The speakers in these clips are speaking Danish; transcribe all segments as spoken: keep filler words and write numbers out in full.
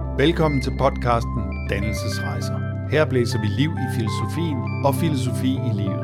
Velkommen til podcasten Dannelsesrejser. Her blæser vi liv i filosofien og filosofi i livet.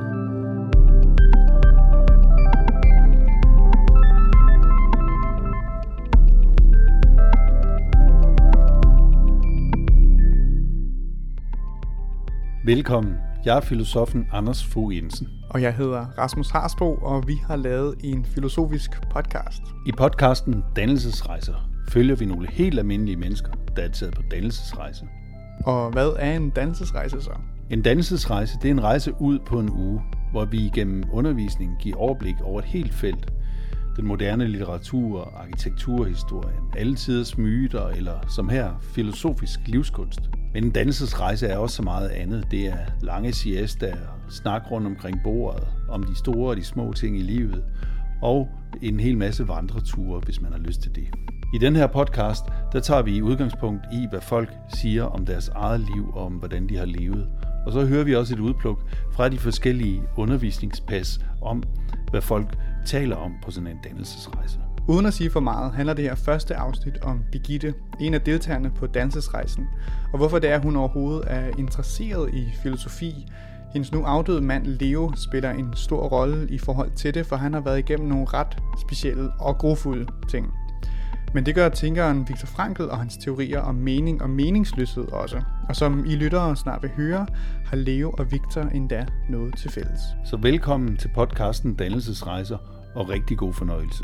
Velkommen. Jeg er filosofen Anders Fogh Jensen. Og jeg hedder Rasmus Harsbo, og vi har lavet en filosofisk podcast. I podcasten Dannelsesrejser følger vi nogle helt almindelige mennesker, der er taget på dannelsesrejse. Og hvad er en dannelsesrejse så? En dannelsesrejse, det er en rejse ud på en uge, hvor vi igennem undervisning giver overblik over et helt felt. Den moderne litteratur, arkitekturhistorien, alle tiders myter eller som her, filosofisk livskunst. Men en dannelsesrejse er også så meget andet. Det er lange siestaer, snak rundt omkring bordet, om de store og de små ting i livet, og en hel masse vandreture, hvis man har lyst til det. I den her podcast, der tager vi udgangspunkt i, hvad folk siger om deres eget liv og om, hvordan de har levet. Og så hører vi også et udpluk fra de forskellige undervisningspas om, hvad folk taler om på sådan en dannelsesrejse. Uden at sige for meget, handler det her første afsnit om Birgitte, en af deltagerne på dannelsesrejsen, og hvorfor det er, hun overhovedet er interesseret i filosofi. Hendes nu afdøde mand Leo spiller en stor rolle i forhold til det, for han har været igennem nogle ret specielle og grofulde ting. Men det gør tænkeren Viktor Frankl og hans teorier om mening og meningsløshed også. Og som I lyttere snart vil høre, har Leo og Viktor endda noget til fælles. Så velkommen til podcasten Dannelsesrejser og rigtig god fornøjelse.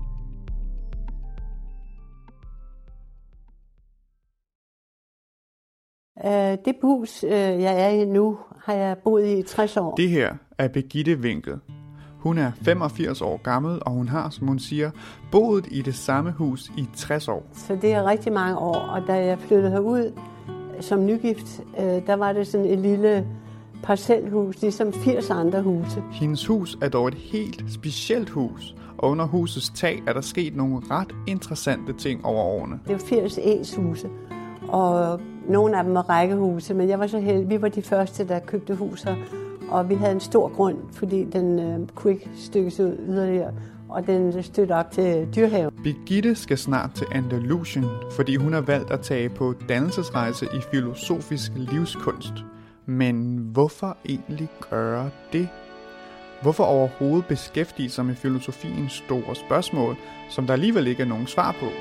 Uh, det hus, uh, jeg er i nu, har jeg boet i tres år. Det her er Birgitte Winkel. Hun er femogfirs år gammel, og hun har, som hun siger, boet i det samme hus i tres år. Så det er rigtig mange år, og da jeg flyttede herud som nygift, uh, der var det sådan et lille parcelhus, ligesom firs andre huse. Hendes hus er dog et helt specielt hus, og under husets tag er der sket nogle ret interessante ting over årene. Det var firs ens-huse, og nogle af dem var rækkehuse, men jeg var så heldig. Vi var de første, der købte hus her, og vi havde en stor grund, fordi den øh, kunne ikke stykkes ud yderligere, og den stødte op til Dyrehaven. Birgitte skal snart til Andalusien, fordi hun har valgt at tage på dannelsesrejse i filosofisk livskunst. Men hvorfor egentlig gøre det? Hvorfor overhovedet beskæftige sig med filosofiens store spørgsmål, som der alligevel ikke er nogen svar på?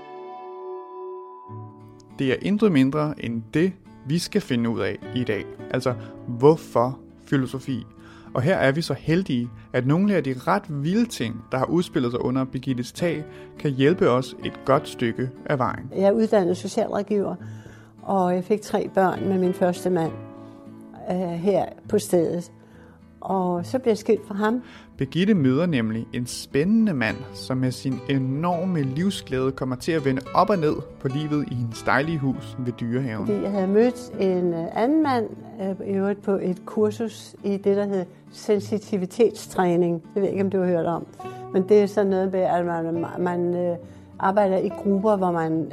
Det er intet mindre end det, vi skal finde ud af i dag. Altså, hvorfor filosofi? Og her er vi så heldige, at nogle af de ret vilde ting, der har udspillet sig under Birgittes tag, kan hjælpe os et godt stykke af vejen. Jeg er uddannet socialrådgiver, og jeg fik tre børn med min første mand øh, her på stedet. Og så blev jeg skilt fra ham. Birgitte møder nemlig en spændende mand, som med sin enorme livsglæde kommer til at vende op og ned på livet i hendes dejlige hus ved Dyrehaven. Fordi jeg havde mødt en anden mand i øvrigt på et kursus i det, der hedder sensitivitetstræning. Det ved jeg ikke, om du har hørt om. Men det er sådan noget med, at man, man arbejder i grupper, hvor man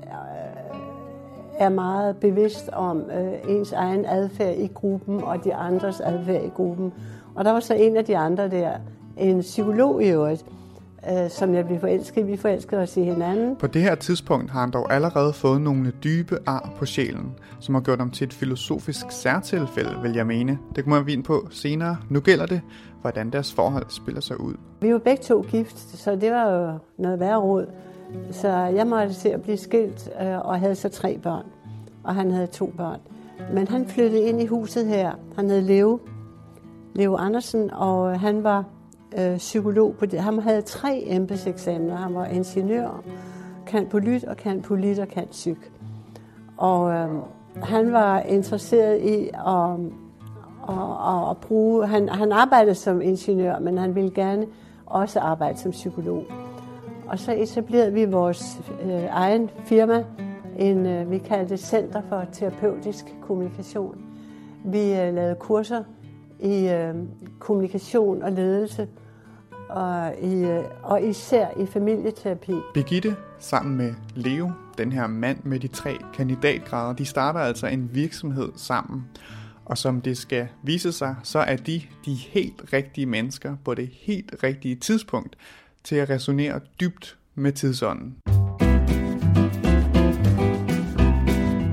er meget bevidst om ens egen adfærd i gruppen og de andres adfærd i gruppen. Og der var så en af de andre der, en psykolog i øvrigt, øh, som jeg blev forelsket. Vi forelskede os i hinanden. På det her tidspunkt har han dog allerede fået nogle dybe ar på sjælen, som har gjort ham til et filosofisk særtilfælde, vil jeg mene. Det kommer vi ind på senere. Nu gælder det, hvordan deres forhold spiller sig ud. Vi var begge to gift, så det var jo noget værre råd. Så jeg måtte se at blive skilt øh, og havde så tre børn. Og han havde to børn. Men han flyttede ind i huset her. Han hed Leo. Leo Andersen, og han var øh, psykolog på det. Han havde tre embedseksamener. Han var ingeniør, kan polit og kan polit og kan psyk. Og øh, han var interesseret i at, at, at, at bruge... Han, han arbejdede som ingeniør, men han ville gerne også arbejde som psykolog. Og så etablerede vi vores øh, egen firma, en, øh, vi kaldte det Center for Terapeutisk Kommunikation. Vi øh, lavede kurser i øh, kommunikation og ledelse, og, i, øh, og især i familieterapi. Birgitte sammen med Leo, den her mand med de tre kandidatgrader, de starter altså en virksomhed sammen. Og som det skal vise sig, så er de de helt rigtige mennesker på det helt rigtige tidspunkt til at resonere dybt med tidsånden.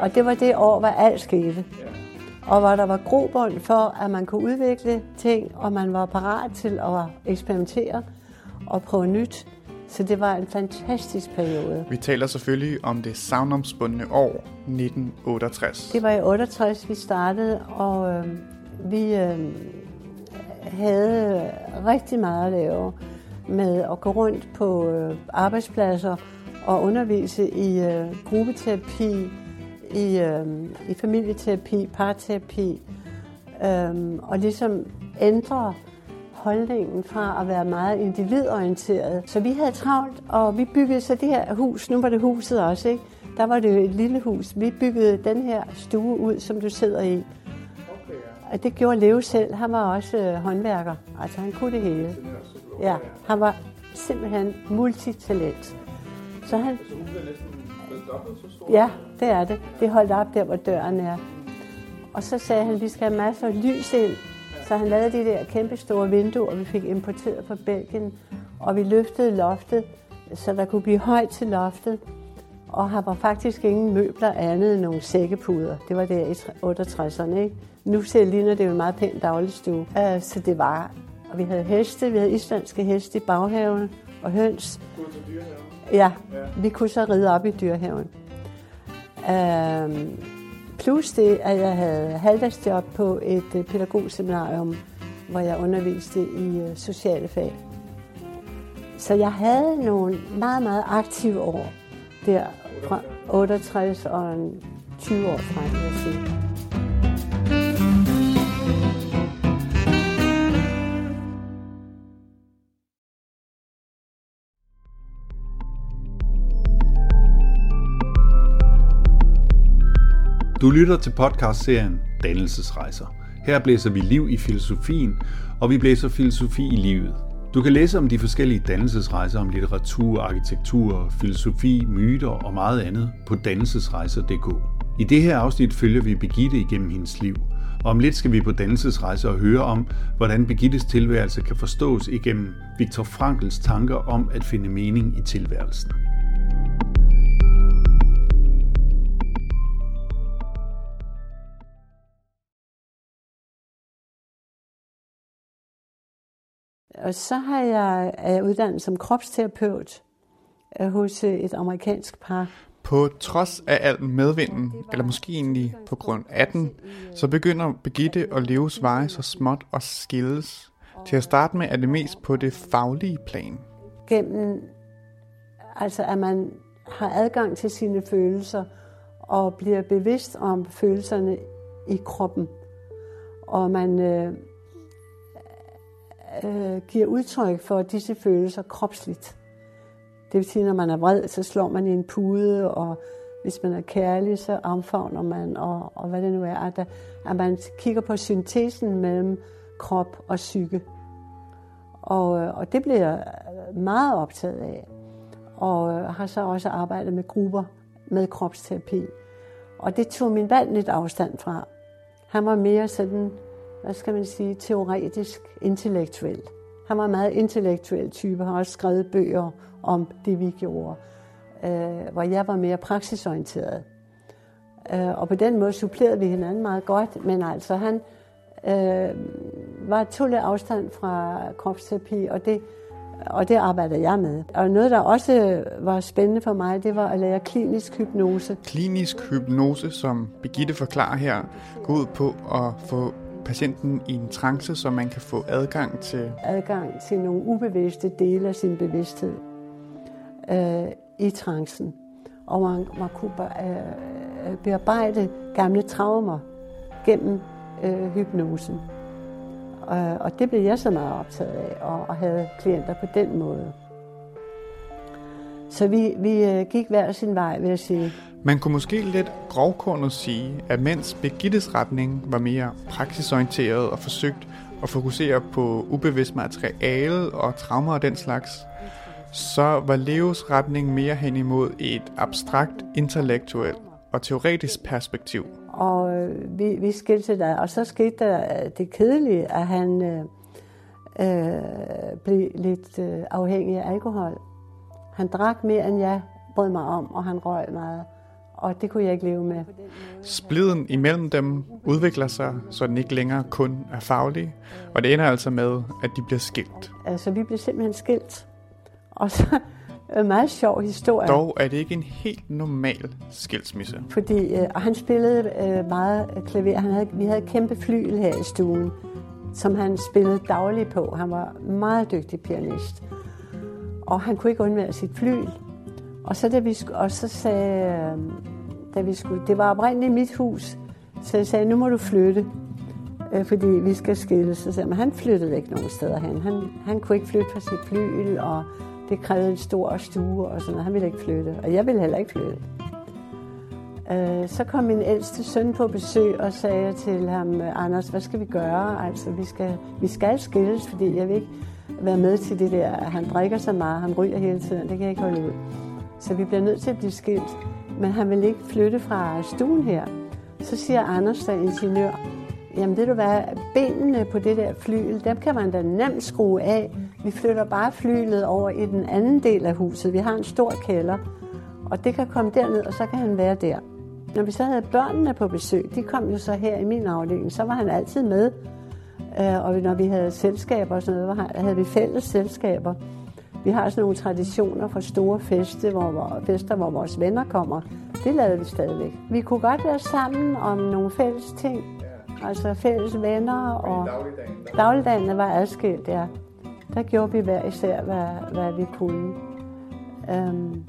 Og det var det år, hvor alt skete. Og hvor der var grobund for, at man kunne udvikle ting, og man var parat til at eksperimentere og prøve nyt. Så det var en fantastisk periode. Vi taler selvfølgelig om det sagnomspundne år nitten otteogtres. Det var i otteogtres, vi startede, og øh, vi øh, havde rigtig meget at lave med at gå rundt på øh, arbejdspladser og undervise i øh, gruppeterapi, i, øh, i familieterapi, parterapi, øh, og ligesom ændre holdningen fra at være meget individorienteret. Så vi havde travlt, og vi byggede så det her hus. Nu var det huset også, ikke? Der var det jo et lille hus. Vi byggede den her stue ud, som du sidder i. Og det gjorde Leo selv. Han var også øh, håndværker. Altså, han kunne det hele. Ja, han var simpelthen multitalent. Så han... Ja, det er det. Det holdt op der, hvor døren er. Og så sagde han, at vi skal have masser af lys ind. Så han lavede de der kæmpe store vinduer, vi fik importeret fra Belgien. Og vi løftede loftet, så der kunne blive højt til loftet. Og her var faktisk ingen møbler andet end nogle sækkepuder. Det var der i otteogtresserne, ikke? Nu ser ligner det jo en meget pæn dagligstue. Uh, så det var... Og vi havde heste, vi havde islandske heste i baghaven og høns. Ja, vi kunne så ride op i dyrehaven. Uh, plus det, at jeg havde halvdagsjob på et uh, pædagogseminarium, hvor jeg underviste i uh, sociale fag. Så jeg havde nogle meget, meget aktive år der fra otteogtres og tyve år frem, vil jeg sige. Du lytter til podcastserien Dannelsesrejser. Her blæser vi liv i filosofien, og vi blæser filosofi i livet. Du kan læse om de forskellige dannelsesrejser om litteratur, arkitektur, filosofi, myter og meget andet på dannelsesrejser punktum d k. I det her afsnit følger vi Birgitte igennem hendes liv, og om lidt skal vi på dannelsesrejser og høre om, hvordan Birgittes tilværelse kan forstås igennem Viktor Frankls tanker om at finde mening i tilværelsen. Og så har jeg, er jeg uddannet som kropsterapeut hos et amerikansk par. På trods af al medvinden, eller måske egentlig på grund af den, så begynder Birgitte og Leos veje så småt at skilles. Til at starte med er det mest på det faglige plan. Gennem, altså at man har adgang til sine følelser og bliver bevidst om følelserne i kroppen. Og man øh, øh, giver udtryk for disse følelser kropsligt. Det vil sige, når man er vred, så slår man i en pude, og hvis man er kærlig, så omfavner man, og, og hvad det nu er, at, der, at man kigger på syntesen mellem krop og psyke. Og, og det bliver jeg meget optaget af, og har så også arbejdet med grupper med kropsterapi. Og det tog min mand lidt afstand fra. Han var mere sådan, hvad skal man sige, teoretisk, intellektuel. Han var en meget intellektuel type, har også skrevet bøger om det, vi gjorde, øh, hvor jeg var mere praksisorienteret. Øh, og på den måde supplerede vi hinanden meget godt, men altså han øh, var tog lidt afstand fra kropsterapi, og det, og det arbejdede jeg med. Og noget, der også var spændende for mig, det var at lære klinisk hypnose. Klinisk hypnose, som Birgitte forklarer her, går ud på at få patienten i en trance, så man kan få adgang til... Adgang til nogle ubevidste dele af sin bevidsthed øh, i trancen. Og man, man kunne øh, bearbejde gamle traumer gennem øh, hypnosen. Og, og det blev jeg så meget optaget af, og, og havde klienter på den måde. Så vi, vi øh, gik hver sin vej, vil jeg sige. Man kunne måske lidt grovkornet sige, at mens Birgittes retning var mere praksisorienteret og forsøgt at fokusere på ubevidst materiale og traumer og den slags, så var Leos retning mere hen imod et abstrakt, intellektuelt og teoretisk perspektiv. Og øh, vi, vi skilte der, og så skete der det kedelige, at han øh, øh, blev lidt øh, afhængig af alkohol. Han drak mere, end jeg brød mig om, og han røg meget. og det kunne jeg ikke leve med. Spliden imellem dem udvikler sig, så den ikke længere kun er faglig, og det ender altså med, at de bliver skilt. Altså, vi blev simpelthen skilt. Og så en meget sjov historie. Dog er det ikke en helt normal skilsmisse. Fordi, øh, og han spillede øh, meget klaver. Han havde, vi havde et kæmpe flyl her i stuen, som han spillede dagligt på. Han var meget dygtig pianist. Og han kunne ikke undvære sit flyl. Og så, da vi, og så sagde, øh, da vi skulle, det var oprindeligt mit hus, så jeg sagde, nu må du flytte, øh, fordi vi skal skilles. Så sagde, men han flyttede ikke nogen steder hen. Han, han kunne ikke flytte fra sit flyl, og det krævede en stor stue og sådan noget. Han ville ikke flytte, og jeg ville heller ikke flytte. Øh, så kom min ældste søn på besøg og sagde til ham, Anders, hvad skal vi gøre? Altså, vi skal, vi skal skilles, fordi jeg vil ikke være med til det der. Han drikker så meget, han ryger hele tiden, det kan jeg ikke holde ud. Så vi bliver nødt til at blive skilt, men han vil ikke flytte fra stuen her. Så siger Anders, der er ingeniør, jamen ved du hvad, benene på det der flyl, dem kan man da nemt skrue af. Vi flytter bare flylet over i den anden del af huset. Vi har en stor kælder, og det kan komme derned, og så kan han være der. Når vi så havde børnene på besøg, de kom jo så her i min afdeling, så var han altid med. Og når vi havde selskaber og sådan noget, havde vi fælles selskaber. Vi har sådan nogle traditioner for store fester, hvor, fester, hvor vores venner kommer. Det lavede vi stadigvæk. Vi kunne godt være sammen om nogle fælles ting. Altså fælles venner, og dagligdagen var adskilt, ja. Der gjorde vi hver især, hvad, hvad vi kunne. Um,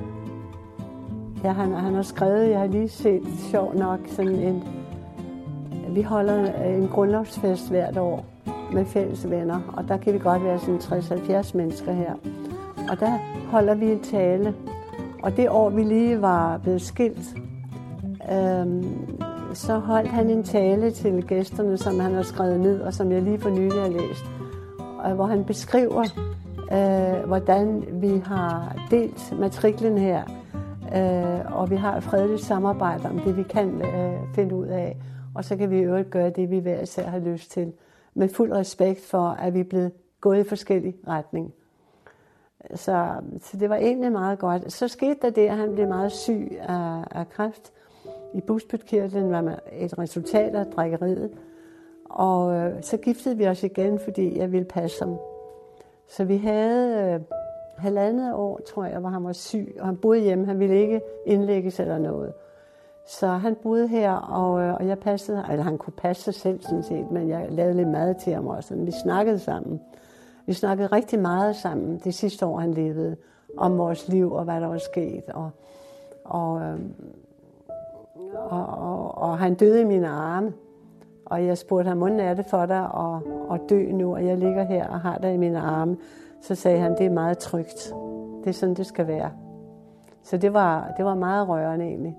ja, han, han har skrevet, jeg har lige set, sjov nok, sådan en, vi holder en grundlovsfest hvert år med fælles venner, og der kan vi godt være sådan tres til halvfjerds mennesker her. Og der holder vi en tale, og det år, vi lige var blevet skilt, um, så holdt han en tale til gæsterne, som han har skrevet ned, og som jeg lige for nylig har læst, hvor han beskriver, øh, hvordan vi har delt matriklen her, øh, og vi har et fredeligt samarbejde om det, vi kan øh, finde ud af, og så kan vi i øvrigt gøre det, vi hver især har lyst til, med fuld respekt for, at vi er blevet gået i forskellige retninger. Så, så det var egentlig meget godt. Så skete der det, at han blev meget syg af, af kræft. I bugspytkirtlen var et resultat af drikkeriet. Og øh, så giftede vi os igen, fordi jeg ville passe ham. Så vi havde øh, halvandet år, tror jeg, hvor han var syg, og han boede hjemme. Han ville ikke indlægges eller noget. Så han boede her, og, øh, og jeg passede, eller han kunne passe sig selv sådan set, men jeg lavede lidt mad til ham også. Vi snakkede sammen. Vi snakkede rigtig meget sammen det sidste år, han levede, om vores liv og hvad der var sket. Og, og, øh, og, og, og han døde i mine arme. Og jeg spurgte ham, hvordan er det for dig at, at dø nu? Og jeg ligger her og har dig i mine arme. Så sagde han, det er meget trygt. Det er sådan, det skal være. Så det var, det var meget rørende egentlig.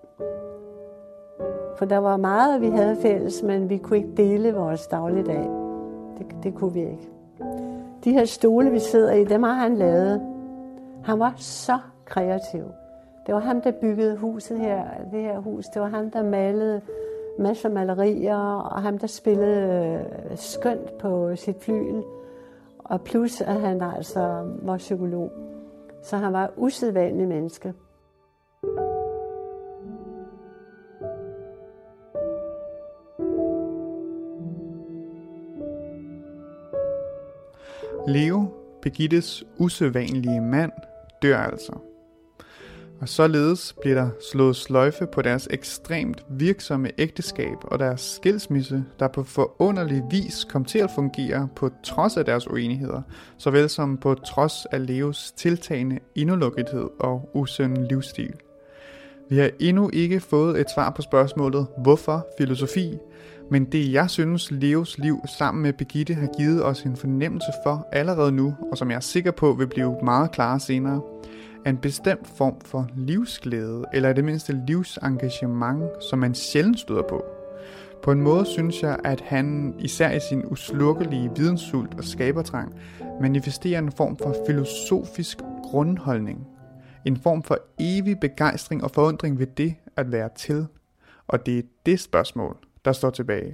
For der var meget, vi havde fælles, men vi kunne ikke dele vores dagligdag. Det, det kunne vi ikke. De her stole, vi sidder i, dem har han lavet. Han var så kreativ. Det var ham, der byggede huset her, det her hus. Det var ham, der malede masser af malerier, og ham, der spillede skønt på sit flyl. Og plus, at han altså var psykolog. Så han var et usædvanligt menneske. Leo, Birgittes usædvanlige mand, dør altså. Og således bliver der slået sløjfe på deres ekstremt virksomme ægteskab og deres skilsmisse, der på forunderlig vis kom til at fungere på trods af deres uenigheder, såvel som på trods af Leos tiltagende indelukkethed og usund livsstil. Vi har endnu ikke fået et svar på spørgsmålet, hvorfor filosofi, men det jeg synes Leos liv sammen med Birgitte har givet os en fornemmelse for allerede nu, og som jeg er sikker på vil blive meget klarere senere, er en bestemt form for livsglæde, eller i det mindste livsengagement, som man sjældent støder på. På en måde synes jeg, at han, især i sin uslukkelige videnssult og skabertrang, manifesterer en form for filosofisk grundholdning. En form for evig begejstring og forundring ved det at være til. Og det er det spørgsmål, der står tilbage.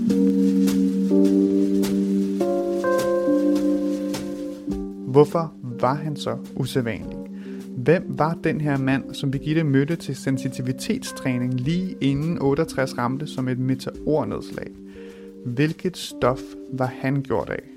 Hvorfor var han så usædvanlig? Hvem var den her mand, som Birgitte mødte til sensitivitetstræning lige inden otteogtres ramte som et meteornedslag? Hvilket stof var han gjort af?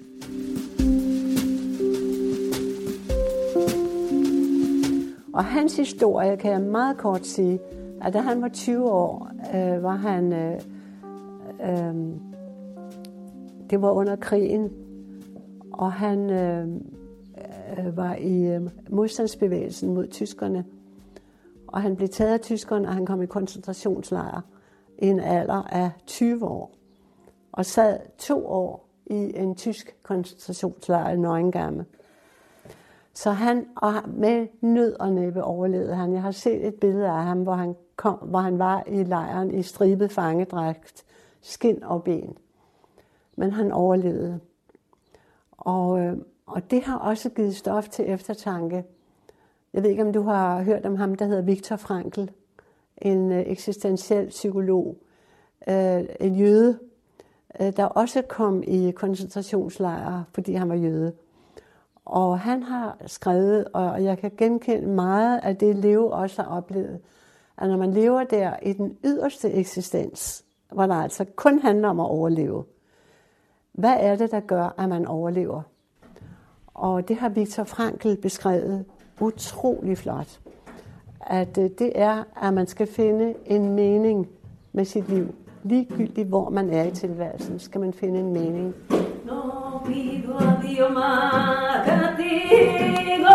Og hans historie kan jeg meget kort sige, at da han var tyve år, øh, var han, øh, øh, det var under krigen, og han øh, øh, var i øh, modstandsbevægelsen mod tyskerne. Og han blev taget af tyskerne, og han kom i koncentrationslejr i en alder af tyve år. Og sad to år i en tysk koncentrationslejr i Neuengamme. Så han, og med nød og næppe overlevede han. Jeg har set et billede af ham, hvor han, kom, hvor han var i lejren i stribet fangedragt, skind og ben. Men han overlevede. Og, øh, og det har også givet stof til eftertanke. Jeg ved ikke, om du har hørt om ham, der hedder Viktor Frankl. En øh, eksistentiel psykolog. Øh, en jøde, øh, der også kom i koncentrationslejre, fordi han var jøde. Og han har skrevet, og jeg kan genkende meget af det, Leo også har oplevet, at når man lever der i den yderste eksistens, hvor der altså kun handler om at overleve, hvad er det, der gør, at man overlever? Og det har Viktor Frankl beskrevet utrolig flot. At det er, at man skal finde en mening med sit liv. Ligegyldigt hvor man er i tilværelsen, skal man finde en mening. No pido a Dios más castigo.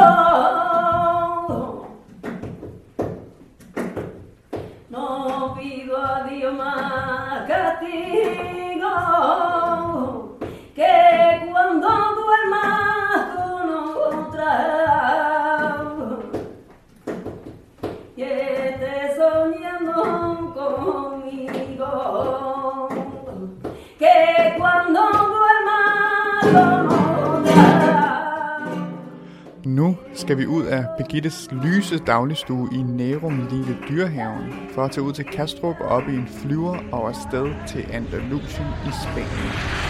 No pido a Dios más castigo. Que cuando duermas con otra y estés soñando conmigo. Que cuando Nu skal vi ud af Birgittes lyse dagligstue i Nærum Lille Dyrehaven for at tage ud til Kastrup og op i en flyver og afsted til Andalusien i Spanien.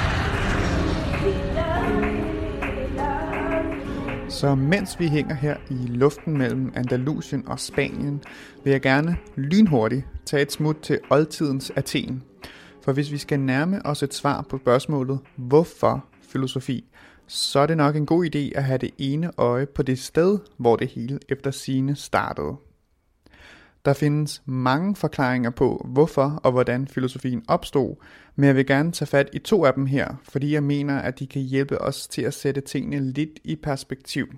Så mens vi hænger her i luften mellem Andalusien og Spanien, vil jeg gerne lynhurtigt tage et smut til oldtidens Athen. For hvis vi skal nærme os et svar på spørgsmålet, hvorfor filosofi, så er det nok en god idé at have det ene øje på det sted, hvor det hele efter sigende startede. Der findes mange forklaringer på, hvorfor og hvordan filosofien opstod, men jeg vil gerne tage fat i to af dem her, fordi jeg mener, at de kan hjælpe os til at sætte tingene lidt i perspektiv.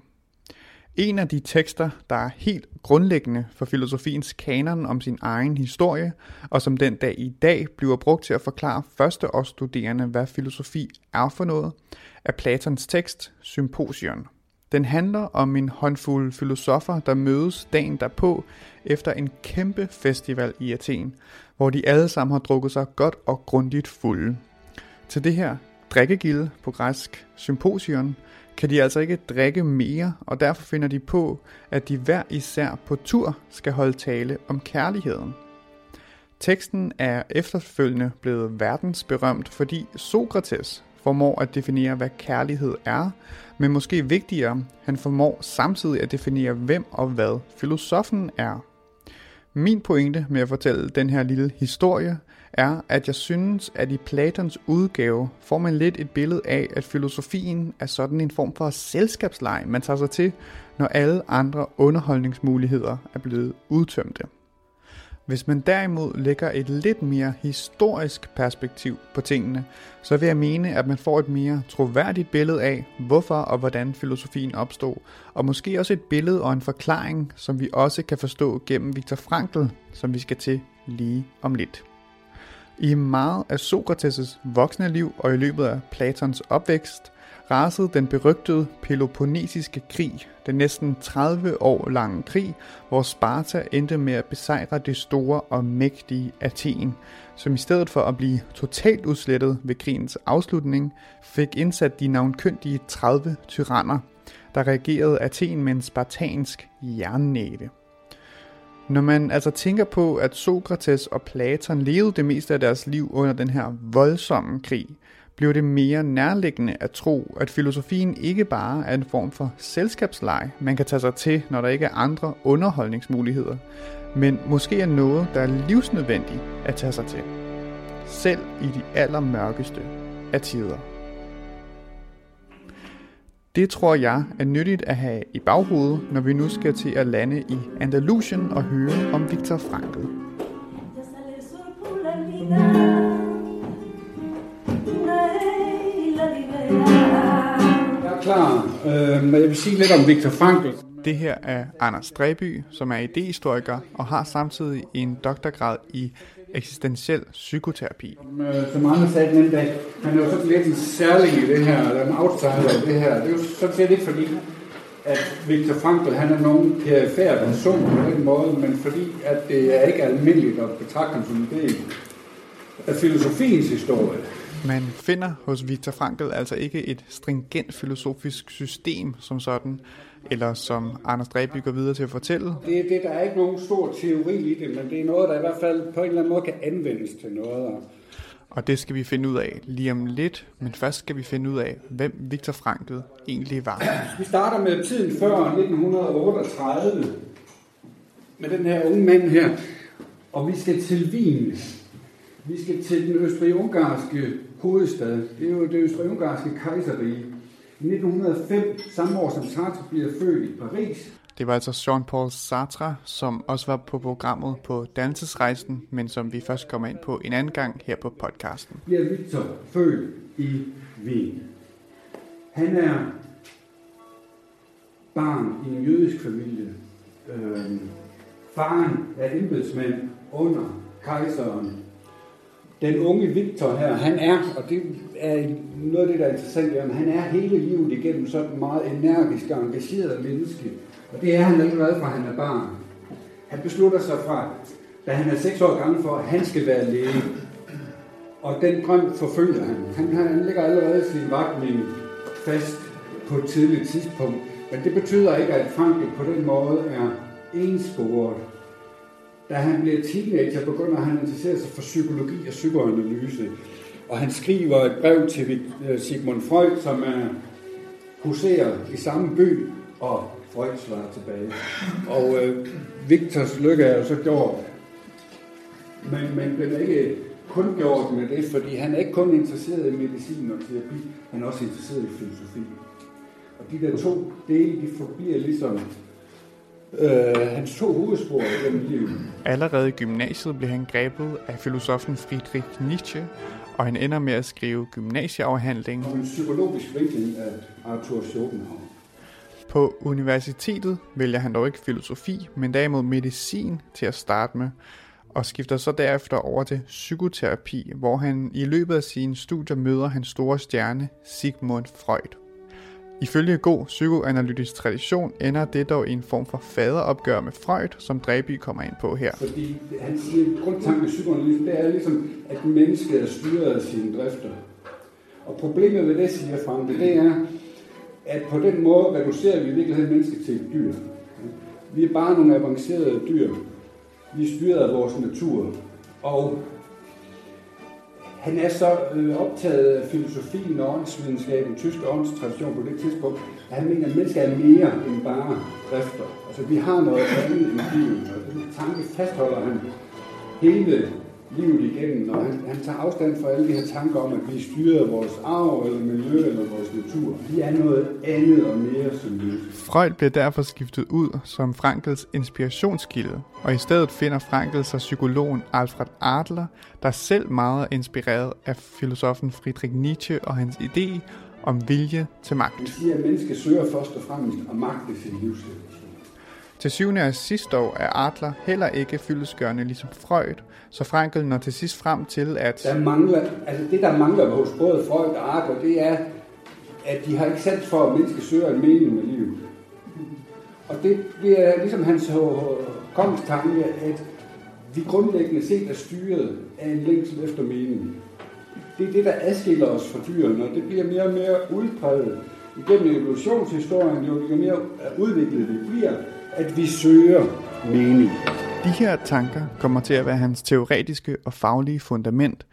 En af de tekster, der er helt grundlæggende for filosofiens kanon om sin egen historie, og som den dag i dag bliver brugt til at forklare førsteårsstuderende, hvad filosofi er for noget, er Platons tekst Symposion. Den handler om en håndfuld filosofer, der mødes dagen derpå efter en kæmpe festival i Athen, hvor de alle sammen har drukket sig godt og grundigt fulde. Til det her drikkegilde, på græsk symposion, kan de altså ikke drikke mere, og derfor finder de på, at de hver især på tur skal holde tale om kærligheden. Teksten er efterfølgende blevet verdensberømt, fordi Sokrates formår at definere, hvad kærlighed er, men måske vigtigere, han formår samtidig at definere, hvem og hvad filosofen er. Min pointe med at fortælle den her lille historie er, at jeg synes, at i Platons udgave får man lidt et billede af, at filosofien er sådan en form for selskabsleg, man tager sig til, når alle andre underholdningsmuligheder er blevet udtømte. Hvis man derimod lægger et lidt mere historisk perspektiv på tingene, så vil jeg mene, at man får et mere troværdigt billede af, hvorfor og hvordan filosofien opstod, og måske også et billede og en forklaring, som vi også kan forstå gennem Viktor Frankl, som vi skal til lige om lidt. I meget af Sokrates' voksne liv og i løbet af Platons opvækst, rasede den berygtede Peloponnesiske krig, den næsten tredive år lange krig, hvor Sparta endte med at besejre det store og mægtige Athen, som i stedet for at blive totalt udslettet ved krigens afslutning, fik indsat de navnkyndige tredive tyranner, der regerede Athen med en spartansk jernnæve. Når man altså tænker på, at Sokrates og Platon levede det meste af deres liv under den her voldsomme krig, bliver det mere nærliggende at tro, at filosofien ikke bare er en form for selskabsleg, man kan tage sig til, når der ikke er andre underholdningsmuligheder, men måske er noget, der er livsnødvendigt at tage sig til, selv i de allermørkeste af tider. Det tror jeg er nyttigt at have i baghovedet, når vi nu skal til at lande i Andalusien og høre om Viktor Frankl. Jeg er klar, øh, men jeg vil sige lidt om Viktor Frankl. Det her er Anders Dræby, som er idehistoriker og har samtidig en doktorgrad i eksistentiel psykoterapi. Som andre sagde den anden dag, han er jo sådan lidt en særling i det her, eller en outsider i det her. Det er jo sådan set ikke fordi, at Viktor Frankl han er nogen perifær person på den måde, men fordi at det er ikke almindeligt at betragte ham som en del af filosofiens historie. Man finder hos Viktor Frankl altså ikke et stringent filosofisk system som sådan, eller som Anders Dræby går videre til at fortælle. Det, det, der er ikke nogen stor teori i det, men det er noget, der i hvert fald på en eller anden måde kan anvendes til noget. Og det skal vi finde ud af lige om lidt, men først skal vi finde ud af, hvem Viktor Frankl egentlig var. Vi starter med tiden før nitten otteogtredive, med den her unge mand her, og vi skal til Wien. Vi skal til den østrig-ungarske hovedstad. Det er jo det østrig-ungarske kejserrige. I nitten hundrede og fem, samme år som Sartre bliver født i Paris. Det var altså Jean-Paul Sartre, som også var på programmet på Dannelsesrejsen, men som vi først kommer ind på en anden gang her på podcasten. Bliver Viktor født i Wien. Han er barn i en jødisk familie. Øhm, faren er embedsmand under kejseren. Den unge Viktor her, han er, og det er noget af det, der er interessant, at han er hele livet igennem sådan en meget energisk og engageret menneske. Og det er han allerede fra, han er barn. Han beslutter sig fra, da han er seks år gammel, for, at han skal være læge. Og den drøm forfølger han. Han, han lægger allerede sin vagtning fast på et tidligt tidspunkt. Men det betyder ikke, at Frankl på den måde er ensporet. Da han bliver teenager, begynder han at interessere sig for psykologi og psykoanalyse. Og han skriver et brev til Sigmund Freud, som er huserer i samme by, og Freud svarer tilbage. Og øh, Viktors lykke er jo så gjort. Men, men den er ikke kun gjort med det, fordi han er ikke kun interesseret i medicin og terapi, han er også interesseret i filosofi. Og de der to dele, de forbliver ligesom Øh, hans to hovedspor gennem livet. Allerede i gymnasiet blev han grebet af filosofen Friedrich Nietzsche, og han ender med at skrive gymnasieafhandling og en psykologisk vinkling af Arthur Schopenhauer. På universitetet vælger han dog ikke filosofi, men derimod medicin til at starte med, og skifter så derefter over til psykoterapi, hvor han i løbet af sine studier møder hans store stjerne Sigmund Freud. Ifølge god psykoanalytisk tradition ender det dog i en form for faderopgør med Freud, som Dræby kommer ind på her. Fordi han siger, at grundtanken med psykoanalysen, det er ligesom, at mennesket er styret af sine drifter. Og problemet ved det, siger Frankl, det er, at på den måde reducerer vi i virkeligheden mennesket til et dyr. Vi er bare nogle avancerede dyr. Vi er styret af vores natur. Og han er så øh, optaget af filosofien og åndsvidenskaben, tysk åndstradition på det tidspunkt, at han mener, at mennesker er mere end bare drifter. Altså, vi har noget andet end livet, og den tanke fastholder han hele livet igennem, og han, han tager afstand fra alle de her tanker om, at vi er styret af vores arv, eller miljø, eller vores natur. Vi er noget andet og mere som mennesker. Freud bliver derfor skiftet ud som Frankls inspirationskilde, og i stedet finder Frankl sig psykologen Alfred Adler, der selv meget er inspireret af filosofen Friedrich Nietzsche og hans idé om vilje til magt. Han siger, at mennesket søger først og fremmest at magte sin livssituation. Til syvende og sidst år er Adler heller ikke fyldestgørende ligesom Freud, så Frankl når til sidst frem til, at der mangler, altså det, der mangler hos både Freud og Adler, det er, at de har ikke sandt for, at mennesket søger en mening med livet. Og det, det er ligesom hans kongstanke, at vi grundlæggende set er styret af en længsel efter mening. Det er det, der adskiller os fra dyrene, og det bliver mere og mere udpræget igennem evolutionshistorien, jo, jo mere udviklet det bliver, at vi søger mening. De her tanker kommer til at være hans teoretiske og faglige fundament,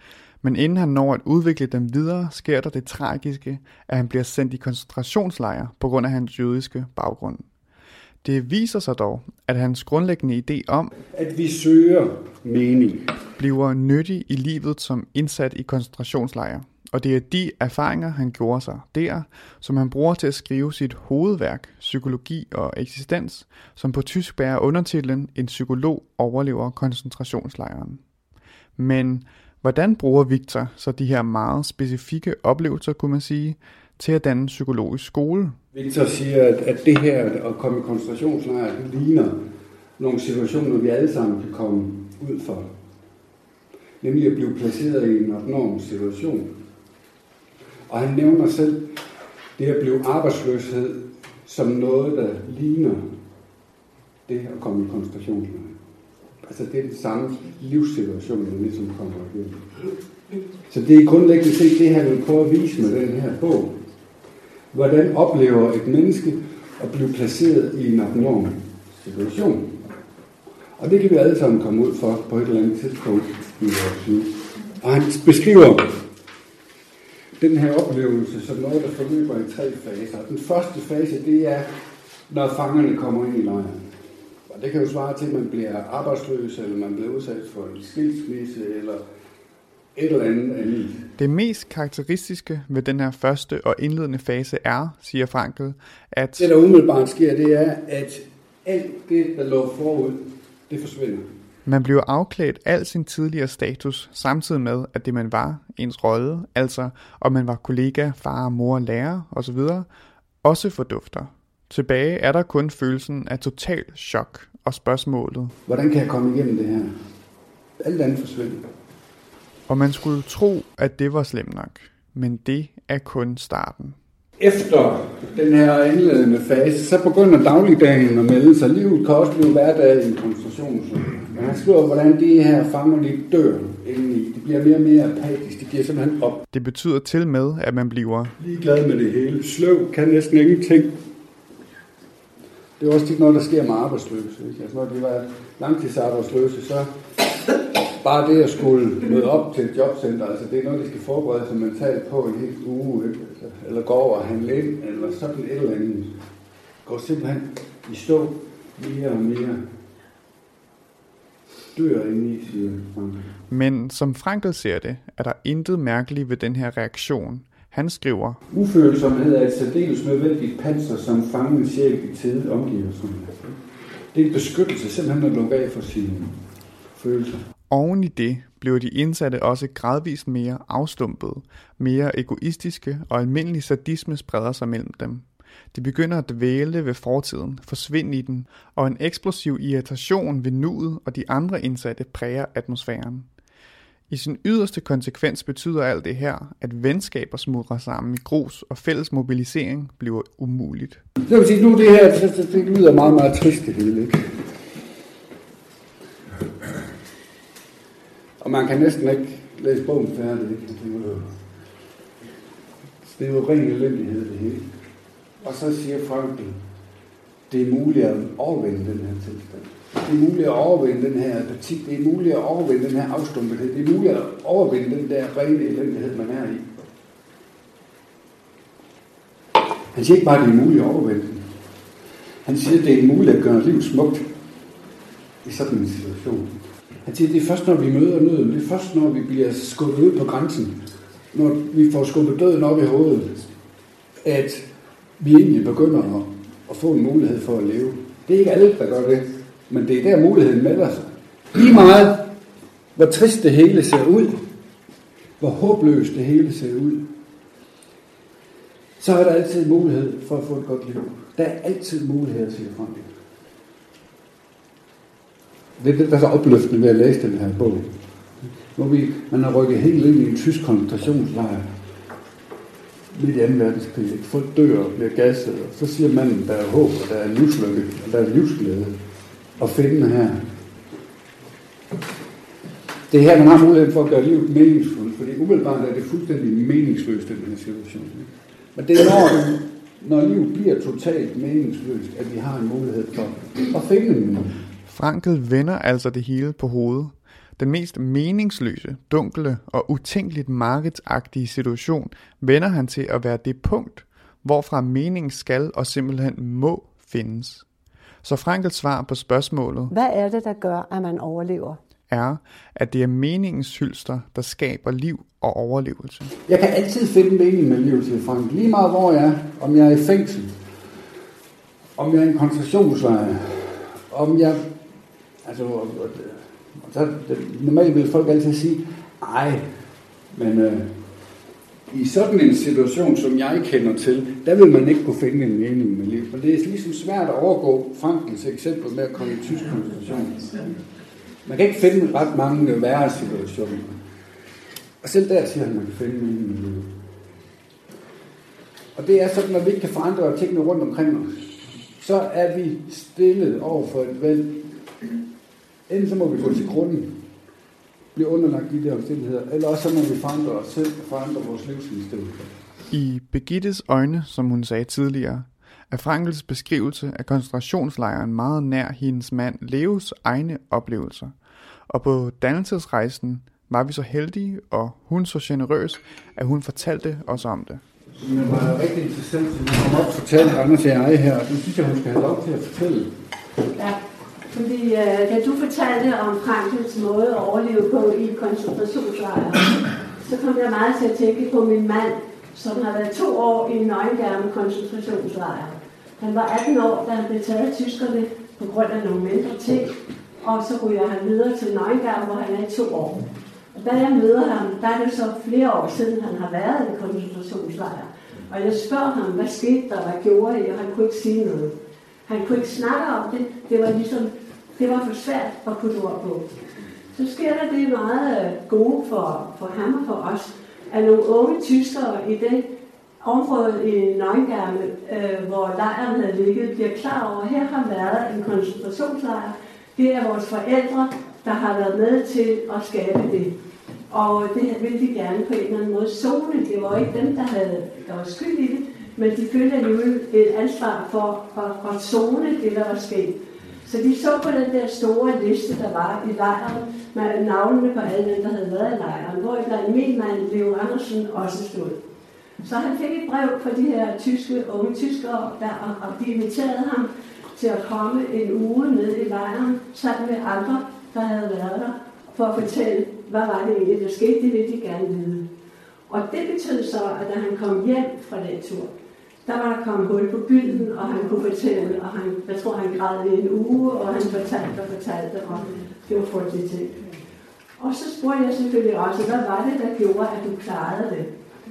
Men inden han når at udvikle dem videre, sker der det tragiske, at han bliver sendt i koncentrationslejre på grund af hans jødiske baggrund. Det viser sig dog, at hans grundlæggende idé om, at vi søger mening, bliver nyttig i livet som indsat i koncentrationslejre. Og det er de erfaringer, han gjorde sig der, som han bruger til at skrive sit hovedværk, Psykologi og eksistens, som på tysk bærer undertitlen En psykolog overlever koncentrationslejren. Men hvordan bruger Victor så de her meget specifikke oplevelser, kunne man sige, til at danne psykologisk skole? Victor siger, at, at det her at komme i koncentrationslejr ligner nogle situationer, vi alle sammen kan komme ud for. Nemlig at blive placeret i en abnorm situation. Og han nævner selv det at blive arbejdsløshed som noget, der ligner det at komme i koncentrationslejr. Altså det er den samme livssituation, der ligesom kommer igennem. Så det er grundlæggende set det, han vil prøve at vise med den her bog. Hvordan oplever et menneske at blive placeret i en abnorm situation? Og det kan vi alle sammen komme ud for på et eller andet tidspunkt i vores liv. Og han beskriver den her oplevelse som noget, der forløber i tre faser. Den første fase, det er, når fangerne kommer ind i lejren. Og det kan jo svare til, at man bliver arbejdsløs, eller man bliver udsat for en skilsmisse, eller et eller andet andet. Det mest karakteristiske ved den her første og indledende fase er, siger Frankl, at det, der umiddelbart sker, det er, at alt det, der lå forud, det forsvinder. Man bliver afklædt al sin tidligere status, samtidig med, at det man var, ens rolle, altså om man var kollega, far, mor, lærer osv., også fordufter. Tilbage er der kun følelsen af total chok og spørgsmålet. Hvordan kan jeg komme igennem det her? Alt andet forsvinder. Og man skulle tro, at det var slemt nok, men det er kun starten. Efter den her indledende fase, så begynder dagligdagen at melde sig. Livet kan også blive hverdag i en koncentrationslejr. Men han skriver, hvordan de her fanger de dør indeni. De bliver mere og mere apatiske. De giver simpelthen op. Det betyder til med, at man bliver ligeglad med det hele. Sløv, kan næsten ingenting. Det er også tit noget, der sker med arbejdsløse. Ikke? Altså når de var langtidsarbejdsløse, så bare det at skulle møde op til et jobcenter, altså det er noget, de skal forberede sig mentalt på en hel uge, ikke? Eller gå over og handle ind, eller sådan et eller andet. Går simpelthen i stå mere og mere. Dør ind i, siger Frankl. Men som Frankl ser det, er der intet mærkeligt ved den her reaktion. Han skriver, ufølsomhed er et særdeles nødvendigt panser, som fangende sjæl i tide omgiver sig. Det er en beskyttelse, simpelthen at lukke af for sine følelser. Oven i det bliver de indsatte også gradvist mere afstumpede, mere egoistiske, og almindelig sadisme spreder sig mellem dem. De begynder at dvæle ved fortiden, forsvinde i den, og en eksplosiv irritation ved nuet og de andre indsatte præger atmosfæren. I sin yderste konsekvens betyder alt det her, at venskaber smuldrer sammen i grus, og fælles mobilisering bliver umuligt. Det vil sige, nu det her, det, det lyder meget, meget trist det hele, ikke? Og man kan næsten ikke læse bogen færdig, ikke? Det er jo ren elendighed det hele. Og så siger Frankl, det er muligt at overvinde den her tilstand. Det er muligt at overvinde den her apati. Det er muligt at overvinde den her afstumpethed. Det er muligt at overvinde den der rene elendighed, man er i. Han siger ikke bare, at det er muligt at overvinde den. Han siger, at det er muligt at gøre livet smukt i sådan en situation. Han siger, at det er først, når vi møder nøden. Det er først, når vi bliver skubbet ud på grænsen. Når vi får skubbet døden op i hovedet. At vi egentlig begynder at, at få en mulighed for at leve. Det er ikke alle, der gør det. Men det er der muligheden melder sig. Lige meget, hvor trist det hele ser ud, hvor håbløst det hele ser ud, så er der altid mulighed for at få et godt liv. Der er altid muligheder, siger Frankl. Det er det, der er så opløftende ved at læse den her bog. Hvor vi, man har rykket helt ind i en tysk koncentrationslejr midt i anden verdenskrig. Folk dør og bliver gasset, og så siger manden, der er håb, og der er livslykke, og der er livsglæde at finde her. Det er her, man har mulighed for at gøre livet meningsfuldt, fordi umiddelbart er det fuldstændig meningsløst, den her situation. Men det er når, når livet bliver totalt meningsløst, at vi har en mulighed for at finde den. Frankl vender altså det hele på hovedet. Den mest meningsløse, dunkle og utænkeligt markedsagtige situation vender han til at være det punkt, hvorfra mening skal og simpelthen må findes. Så Frankls svar på spørgsmålet, hvad er det, der gør, at man overlever? Er, at det er meningens hylster, der skaber liv og overlevelse. Jeg kan altid finde mening med livet til Frank. Lige meget hvor jeg er, om jeg er i fængsel, om jeg er i en koncentrationslejr, om jeg... Altså, så, normalt vil folk altid sige, ej, men øh, i sådan en situation, som jeg kender til, der vil man ikke kunne finde en mening med livet. For det er ligesom svært at overgå Frankens eksempel med at komme i tysk koncentration. Man kan ikke finde ret mange værre situationer. Og selv der siger han, at man kan finde mening med livet. Og det er sådan, når vi ikke kan forandre tingene rundt omkring os, så er vi stillet over for et valg. Enten så må vi gå til grunden, blive underlagt i de omstændigheder, eller også så må vi forandre os selv og forandre vores livsindstilling. I Birgittes øjne, som hun sagde tidligere, er Frankls beskrivelse af koncentrationslejren meget nær hendes mand Leos egne oplevelser. Og på dannelsesrejsen var vi så heldige, og hun så generøs, at hun fortalte os om det. Det var rigtig interessant, at hun kom op og fortalte Anders og jeg her, og det synes jeg, hun skal have lov til at fortælle. Ja, fordi øh, da du fortalte om Frankls måde at overleve på i koncentrationslejre, så kom jeg meget til at tænke på min mand, som har været to år i en Neuengamme koncentrationslejr. Han var atten år, da han blev taget af tyskerne på grund af nogle mindre ting, og så ryger han videre til Neuengamme, hvor han er i to år. Og da jeg møder ham, der er det så flere år siden, han har været i koncentrationslejr. Og jeg spørger ham, hvad skete der, hvad gjorde I, og han kunne ikke sige noget. Han kunne ikke snakke om det. Det var ligesom, det var for svært at putte ord på. Så sker der det meget gode for, for ham og for os, at nogle unge tyskere i det område i Neuengamme, øh, hvor lejren havde ligget, bliver klar over, at her har været en koncentrationslejr. Det er vores forældre, der har været med til at skabe det. Og det ville de gerne på en eller anden måde zone. Det var ikke dem, der, havde, der var skyld i det, men de følte alligevel et ansvar for at, at zone det, der var sket. Så de så på den der store liste, der var i lejren, med navnene på alle dem, der havde været i lejren, hvor der min mand, Leo Andersen, også stod. Så han fik et brev fra de her tyske, unge tyskere, der, og de inviterede ham til at komme en uge ned i lejren, sammen med andre, der havde været der, for at fortælle, hvad var det egentlig, der skete, det ville de gerne vide. Og det betød så, at da han kom hjem fra den tur, der var der kommet hul på bylden, og han kunne fortælle, og han, jeg tror, han græd i en uge, og han fortalte og fortalte, og det var frygteligt ting. Og så spurgte jeg selvfølgelig også, hvad var det, der gjorde, at du klarede det?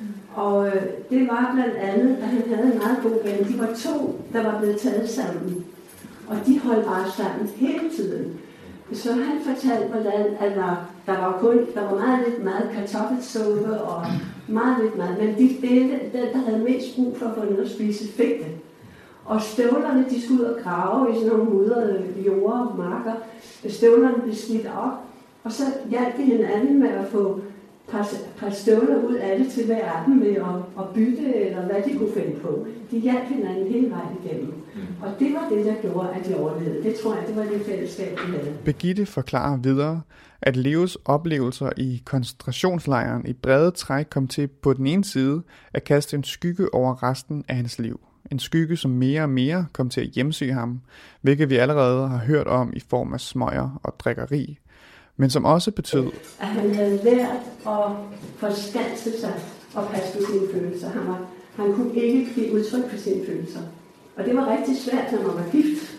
Og øh, det var blandt andet, at han havde en meget god ven. De var to, der var blevet taget sammen, og de holdt bare sammen hele tiden. Så han fortalte, hvordan at der, der var kun, der var meget lidt mad, kartoffelsuppe og meget lidt mad, men de delte, den, der havde mest brug for at få noget at spise, fik det. Og støvlerne, de skulle ud og grave i sådan nogle mudrede jorder og marker. Støvlerne blev slidt op, og så hjalp de hinanden med at få par, par støvler ud af det til hver af dem med at, at bytte, eller hvad de kunne finde på. De hjalp hinanden hele vejen igennem. Og det var det, der gjorde, at de overlevede. Det tror jeg, det var det fællesskab, de havde. Birgitte forklarer videre, at Leos oplevelser i koncentrationslejren i brede træk kom til på den ene side at kaste en skygge over resten af hans liv. En skygge, som mere og mere kom til at hjemsøge ham, hvilket vi allerede har hørt om i form af smøger og drikkeri, men som også betød, at han havde lært at forskanse sig og passe på sine følelser. Han, var, han kunne ikke give udtryk for sine følelser. Og det var rigtig svært, når man var gift.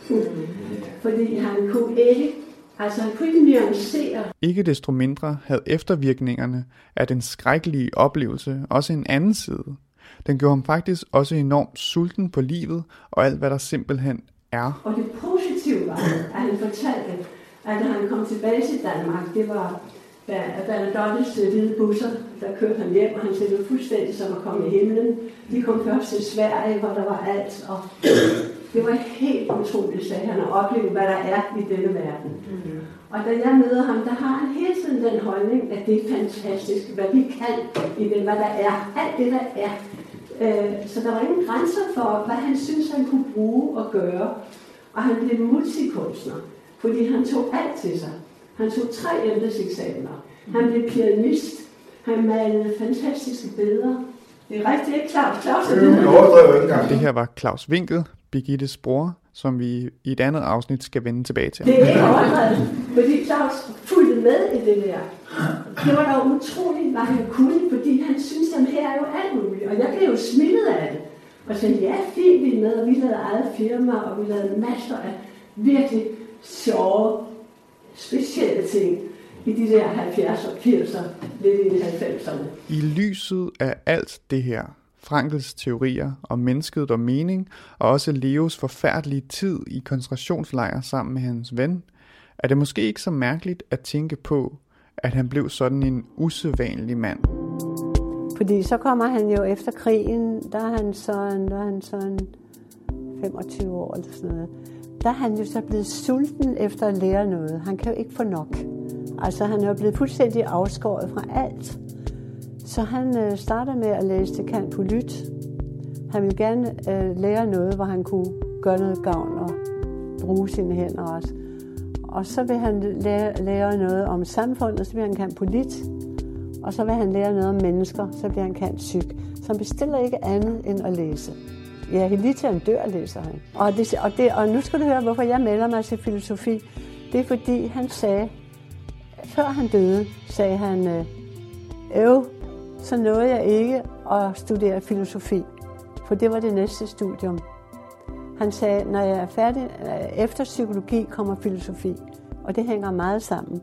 Fordi han kunne ikke, altså han kunne ikke nuancere. Ikke desto mindre havde eftervirkningerne af den skrækkelige oplevelse også en anden side. Den gjorde ham faktisk også enormt sulten på livet og alt, hvad der simpelthen er. Og det positive var, at han fortalte, at da han kom tilbage til Danmark, det var Bernadottes hvide busser, der kørte han hjem, og han sagde, det var fuldstændig som at komme i himlen. De kom først til Sverige, hvor der var alt, og det var helt utroligt, sagde han, at opleve, hvad der er i denne verden. Mm-hmm. Og da jeg møder ham, der har han hele tiden den holdning, at det er fantastisk, hvad vi kan i det, hvad der er, alt det, der er. Så der var ingen grænser for, hvad han synes, han kunne bruge og gøre. Og han blev multikunstner, fordi han tog alt til sig. Han tog tre embedseksamener. Han blev pianist. Han malede fantastiske billeder. Det er rigtigt, ikke Claus? Claus er det. Det her var Claus Winkel, Birgittes bror, som vi i et andet afsnit skal vende tilbage til. Det er ikke overdrevet, fordi Claus fulgte med i det der. Det var da utroligt, hvad han kunne, fordi han synes, at her er jo alt muligt. Og jeg blev jo smittet af det. Og sagde, ja, fint vi er med, og vi lavede eget firma, og vi lavede masser af virkelig sjove, specielle ting i de der halvfjerdser og firser, lidt i de halvfemserne. I lyset af alt det her, Frankls teorier om mennesket og mening, og også Leos forfærdelige tid i koncentrationslejre sammen med hans ven, er det måske ikke så mærkeligt at tænke på, at han blev sådan en usædvanlig mand. Fordi så kommer han jo efter krigen, der er han sådan, der er han sådan femogtyve år eller sådan noget. Der er han jo så blevet sulten efter at lære noget. Han kan jo ikke få nok. Altså han er jo blevet fuldstændig afskåret fra alt. Så han øh, starter med at læse til cand. Polyt. Han vil gerne øh, lære noget, hvor han kunne gøre noget gavn og bruge sine hænder også. Og så vil han lære, lære noget om samfundet, så bliver han cand. Polit. Og så vil han lære noget om mennesker, så bliver han cand. Psyk. Så han bestiller ikke andet end at læse. Ja, lige til han dør, læser han. Og, det, og, det, og nu skal du høre, hvorfor jeg melder mig til filosofi. Det er fordi, han sagde, før han døde, sagde han, øv, så nåede jeg ikke at studere filosofi. For det var det næste studium. Han sagde, når jeg er færdig, efter psykologi kommer filosofi. Og det hænger meget sammen.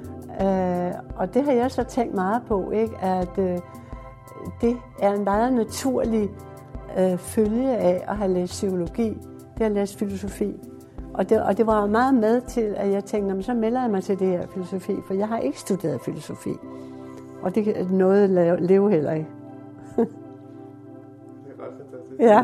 Øh, og det har jeg så tænkt meget på, ikke? At øh, det er en meget naturlig øh, følge af at have læst psykologi. Det at læse filosofi. Og det, og det var meget med til, at jeg tænkte, så melder jeg mig til det her filosofi, for jeg har ikke studeret filosofi. Og det er noget at leve heller ikke. Det er ret fantastisk. Ja.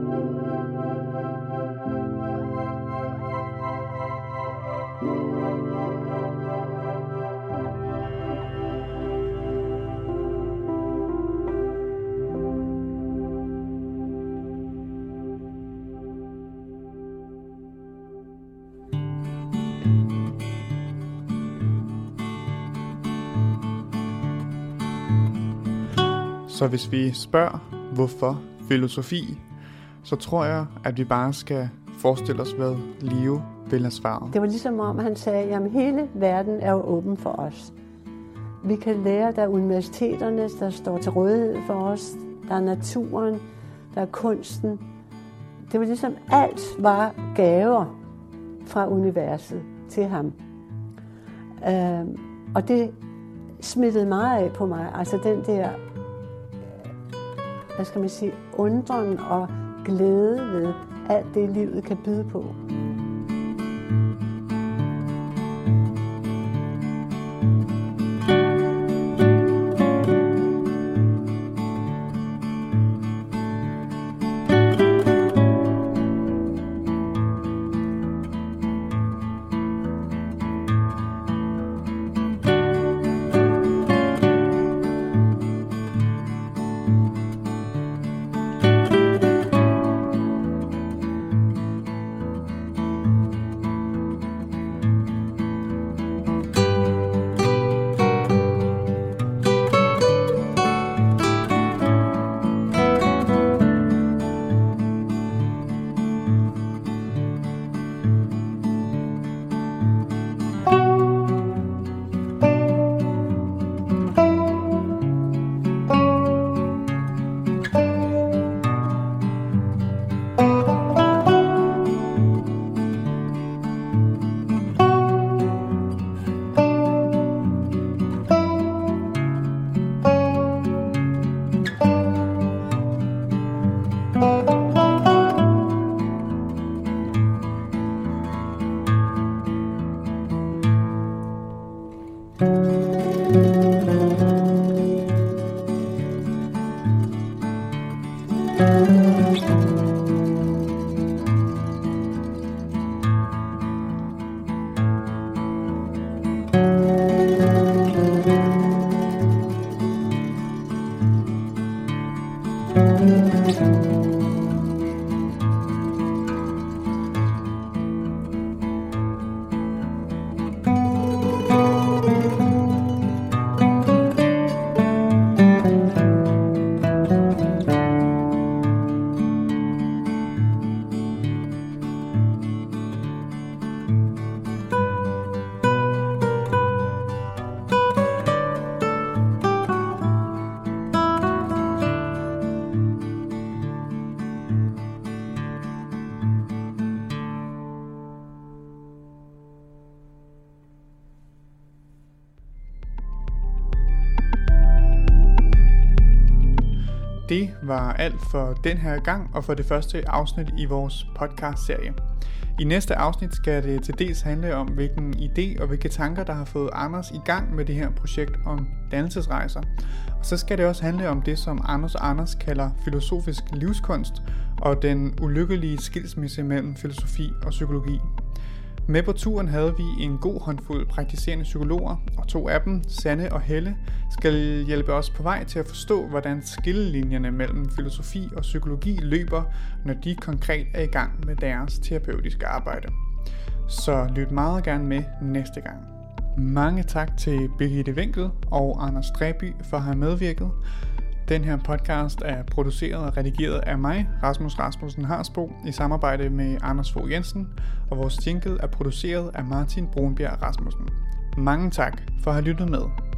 Så hvis vi spørger, hvorfor filosofi, så tror jeg, at vi bare skal forestille os, hvad Leo vil have svaret. Det var ligesom om, han sagde, at hele verden er jo åben for os. Vi kan lære, der er universiteterne, der står til rådighed for os. Der er naturen, der er kunsten. Det var ligesom, alt var gaver fra universet til ham. Øh, og det smittede meget af på mig. Altså den der, hvad skal man sige, undren og glæde ved alt det, livet kan byde på. det var alt for den her gang og for det første afsnit i vores podcast-serie. I næste afsnit skal det til dels handle om, hvilken idé og hvilke tanker, der har fået Anders i gang med det her projekt om dannelsesrejser. Og så skal det også handle om det, som Anders og Anders kalder filosofisk livskunst og den ulykkelige skilsmisse mellem filosofi og psykologi. Med på turen havde vi en god håndfuld praktiserende psykologer, og to af dem, Sanne og Helle, skal hjælpe os på vej til at forstå, hvordan skillelinjerne mellem filosofi og psykologi løber, når de konkret er i gang med deres terapeutiske arbejde. Så lyt meget gerne med næste gang. Mange tak til Birgitte Winkel og Anders Stræby for at have medvirket. Den her podcast er produceret og redigeret af mig, Rasmus Rasmussen Harsbo, i samarbejde med Anders Fogh Jensen, og vores jingle er produceret af Martin Brunbjerg Rasmussen. Mange tak for at have lyttet med.